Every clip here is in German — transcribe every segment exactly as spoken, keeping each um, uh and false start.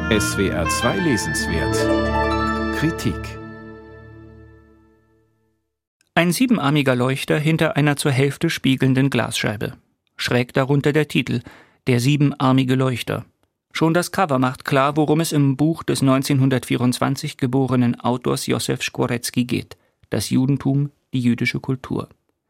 S W R zwei Lesenswert Kritik. Ein siebenarmiger Leuchter hinter einer zur Hälfte spiegelnden Glasscheibe. Schräg darunter der Titel »Der siebenarmige Leuchter«. Schon das Cover macht klar, worum es im Buch des neunzehnhundertvierundzwanzig geborenen Autors Josef Skvoretzky geht: Das Judentum, die jüdische Kultur.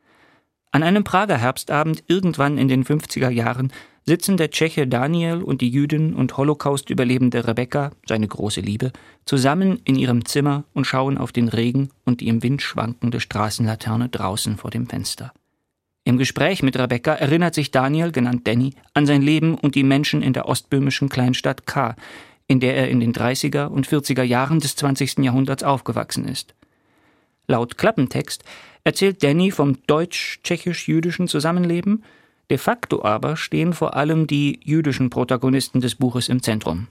An einem Prager Herbstabend irgendwann in den fünfziger Jahren sitzen der Tscheche Daniel und die Jüdin und Holocaust-Überlebende Rebecca, seine große Liebe, zusammen in ihrem Zimmer und schauen auf den Regen und die im Wind schwankende Straßenlaterne draußen vor dem Fenster. Im Gespräch mit Rebecca erinnert sich Daniel, genannt Danny, an sein Leben und die Menschen in der ostböhmischen Kleinstadt K., in der er in den dreißiger und vierziger Jahren des zwanzigsten Jahrhunderts aufgewachsen ist. Laut Klappentext erzählt Danny vom deutsch-tschechisch-jüdischen Zusammenleben. De facto aber stehen vor allem die jüdischen Protagonisten des Buches im Zentrum.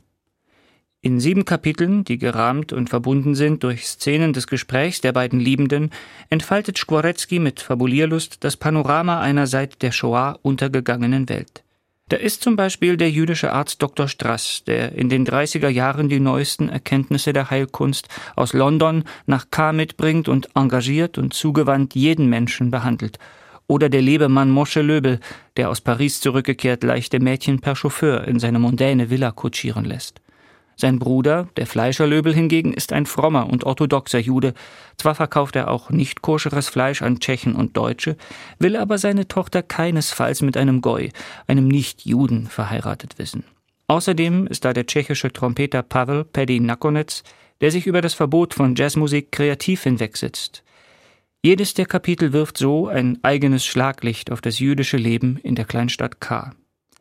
In sieben Kapiteln, die gerahmt und verbunden sind durch Szenen des Gesprächs der beiden Liebenden, entfaltet Skvoretzky mit Fabulierlust das Panorama einer seit der Shoah untergegangenen Welt. Da ist zum Beispiel der jüdische Arzt Doktor Strass, der in den dreißiger Jahren die neuesten Erkenntnisse der Heilkunst aus London nach K. mitbringt und engagiert und zugewandt jeden Menschen behandelt. Oder der Lebemann Moshe Löbel, der aus Paris zurückgekehrt leichte Mädchen per Chauffeur in seine mondäne Villa kutschieren lässt. Sein Bruder, der Fleischer Löbel hingegen, ist ein frommer und orthodoxer Jude. Zwar verkauft er auch nicht koscheres Fleisch an Tschechen und Deutsche, will aber seine Tochter keinesfalls mit einem Goi, einem Nicht-Juden, verheiratet wissen. Außerdem ist da der tschechische Trompeter Pavel Paddy Nakonec, der sich über das Verbot von Jazzmusik kreativ hinwegsetzt. Jedes der Kapitel wirft so ein eigenes Schlaglicht auf das jüdische Leben in der Kleinstadt K.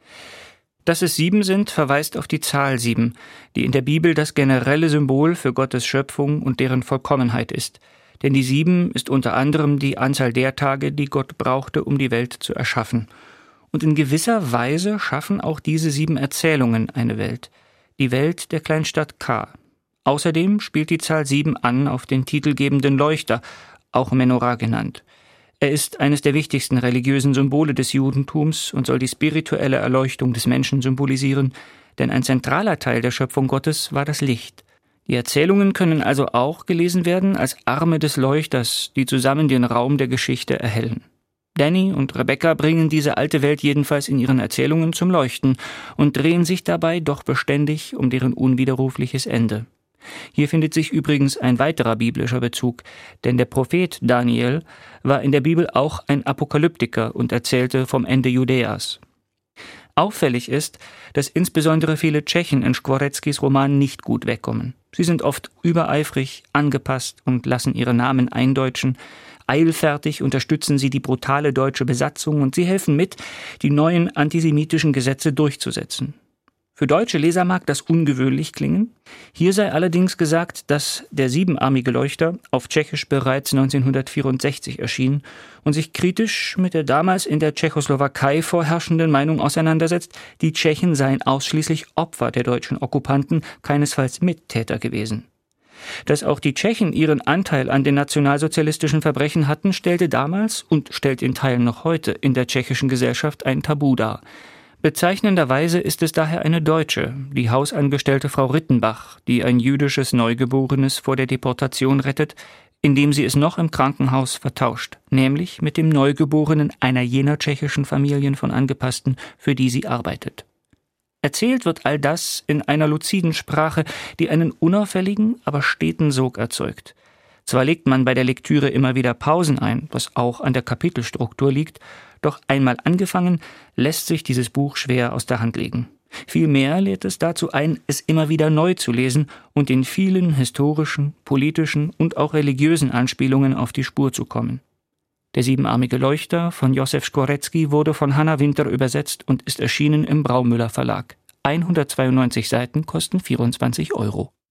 Dass es sieben sind, verweist auf die Zahl sieben, die in der Bibel das generelle Symbol für Gottes Schöpfung und deren Vollkommenheit ist. Denn die sieben ist unter anderem die Anzahl der Tage, die Gott brauchte, um die Welt zu erschaffen. Und in gewisser Weise schaffen auch diese sieben Erzählungen eine Welt, die Welt der Kleinstadt K. Außerdem spielt die Zahl sieben an auf den titelgebenden Leuchter, auch Menorah genannt. Er ist eines der wichtigsten religiösen Symbole des Judentums und soll die spirituelle Erleuchtung des Menschen symbolisieren, denn ein zentraler Teil der Schöpfung Gottes war das Licht. Die Erzählungen können also auch gelesen werden als Arme des Leuchters, die zusammen den Raum der Geschichte erhellen. Danny und Rebecca bringen diese alte Welt jedenfalls in ihren Erzählungen zum Leuchten und drehen sich dabei doch beständig um deren unwiderrufliches Ende. Hier findet sich übrigens ein weiterer biblischer Bezug, denn der Prophet Daniel war in der Bibel auch ein Apokalyptiker und erzählte vom Ende Judäas. Auffällig ist, dass insbesondere viele Tschechen in Skvoretzkys Roman nicht gut wegkommen. Sie sind oft übereifrig, angepasst und lassen ihre Namen eindeutschen. Eilfertig unterstützen sie die brutale deutsche Besatzung und sie helfen mit, die neuen antisemitischen Gesetze durchzusetzen. Für deutsche Leser mag das ungewöhnlich klingen. Hier sei allerdings gesagt, dass der siebenarmige Leuchter auf Tschechisch bereits neunzehnhundertvierundsechzig erschien und sich kritisch mit der damals in der Tschechoslowakei vorherrschenden Meinung auseinandersetzt, die Tschechen seien ausschließlich Opfer der deutschen Okkupanten, keinesfalls Mittäter gewesen. Dass auch die Tschechen ihren Anteil an den nationalsozialistischen Verbrechen hatten, stellte damals und stellt in Teilen noch heute in der tschechischen Gesellschaft ein Tabu dar. Bezeichnenderweise ist es daher eine Deutsche, die Hausangestellte Frau Rittenbach, die ein jüdisches Neugeborenes vor der Deportation rettet, indem sie es noch im Krankenhaus vertauscht, nämlich mit dem Neugeborenen einer jener tschechischen Familien von Angepassten, für die sie arbeitet. Erzählt wird all das in einer luziden Sprache, die einen unauffälligen, aber steten Sog erzeugt. Zwar legt man bei der Lektüre immer wieder Pausen ein, was auch an der Kapitelstruktur liegt, doch einmal angefangen, lässt sich dieses Buch schwer aus der Hand legen. Vielmehr lädt es dazu ein, es immer wieder neu zu lesen und den vielen historischen, politischen und auch religiösen Anspielungen auf die Spur zu kommen. Der siebenarmige Leuchter von Josef Skvoretzky wurde von Hanna Winter übersetzt und ist erschienen im Braumüller Verlag. hundertzweiundneunzig Seiten kosten vierundzwanzig Euro.